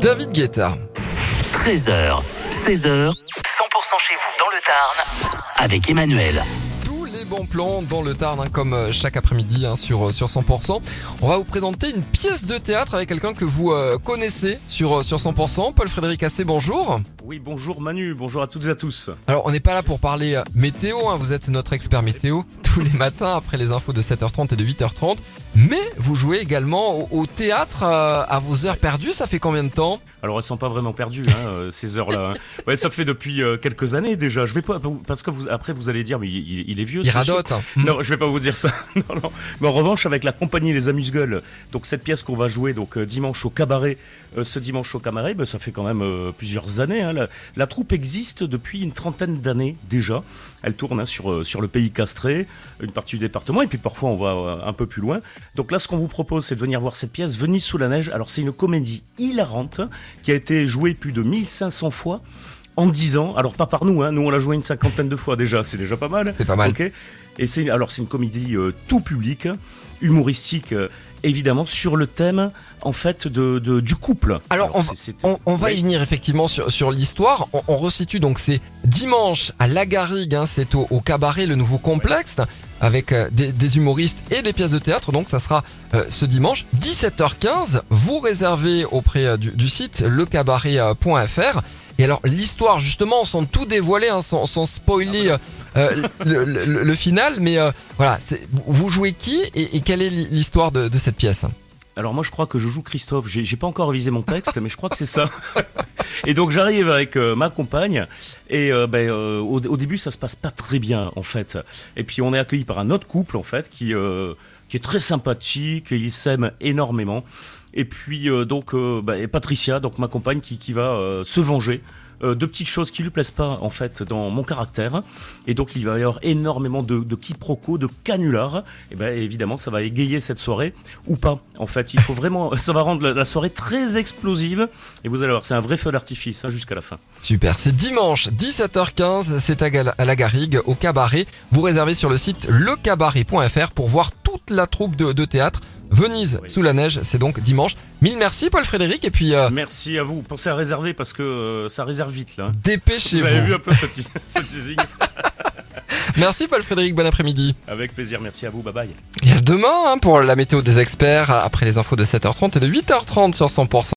David Guetta. 13h, 16h, 100% chez vous dans le Tarn avec Emmanuel. Les bons plans dans le Tarn, comme chaque après-midi sur 100%. On va vous présenter une pièce de théâtre avec quelqu'un que vous connaissez sur 100%. Paul-Frédéric Assé, bonjour. Oui, bonjour Manu, bonjour à toutes et à tous. Alors, on n'est pas là pour parler météo, vous êtes notre expert météo tous les matins après les infos de 7h30 et de 8h30. Mais vous jouez également au théâtre à vos heures perdues, ça fait combien de temps ? Alors elles sont pas vraiment perdues ces heures-là. Ouais, ça fait depuis quelques années déjà. Je vais pas parce que après vous allez dire mais il est vieux. Il radote. Non, je vais pas vous dire ça. Non. Mais en revanche avec la compagnie Les Amuse-Gueules, donc cette pièce qu'on va jouer donc dimanche au Cabaret, ce dimanche au Cabaret, ça fait quand même plusieurs années. La troupe existe depuis une trentaine d'années déjà. Elle tourne sur le pays castré, une partie du département et puis parfois on va un peu plus loin. Donc là ce qu'on vous propose c'est de venir voir cette pièce Venise sous la neige. Alors c'est une comédie hilarante qui a été jouée plus de 1500 fois en 10 ans. Alors pas par nous, nous on l'a joué une cinquantaine de fois déjà, c'est déjà pas mal. C'est pas mal. Okay. Et c'est une comédie tout public, humoristique évidemment sur le thème en fait du couple. Alors on va y venir effectivement sur l'histoire. On resitue donc c'est dimanche à La Garrigue, c'est au Cabaret, le nouveau complexe avec des humoristes et des pièces de théâtre. Donc ça sera ce dimanche 17h15. Vous réservez auprès du site lecabaret.fr. Et alors l'histoire justement sans tout dévoiler, sans spoiler le final, mais voilà, vous jouez qui et quelle est l'histoire de cette pièce ? Alors moi je crois que je joue Christophe, j'ai pas encore révisé mon texte mais je crois que c'est ça. Et donc j'arrive avec ma compagne et au début ça se passe pas très bien en fait. Et puis on est accueilli par un autre couple en fait qui est très sympathique, et ils s'aiment énormément. Et puis et Patricia, donc ma compagne qui va se venger de petites choses qui lui plaisent pas en fait dans mon caractère. Et donc il va y avoir énormément de quiproquos, de canulars. Et évidemment ça va égayer cette soirée ou pas. En fait il faut vraiment, ça va rendre la soirée très explosive. Et vous allez voir, c'est un vrai feu d'artifice jusqu'à la fin. Super, c'est dimanche 17h15, c'est à La Garrigue au Cabaret. Vous réservez sur le site lecabaret.fr pour voir toute la troupe de théâtre. Venise sous la neige, c'est donc dimanche. Mille merci Paul-Frédéric et puis... Merci à vous, pensez à réserver parce que ça réserve vite là. Dépêchez-vous. Vous avez vu un peu ce teasing. Merci Paul-Frédéric, bon après-midi. Avec plaisir, merci à vous, bye bye. Et à demain pour la météo des experts, après les infos de 7h30 et de 8h30 sur 100%.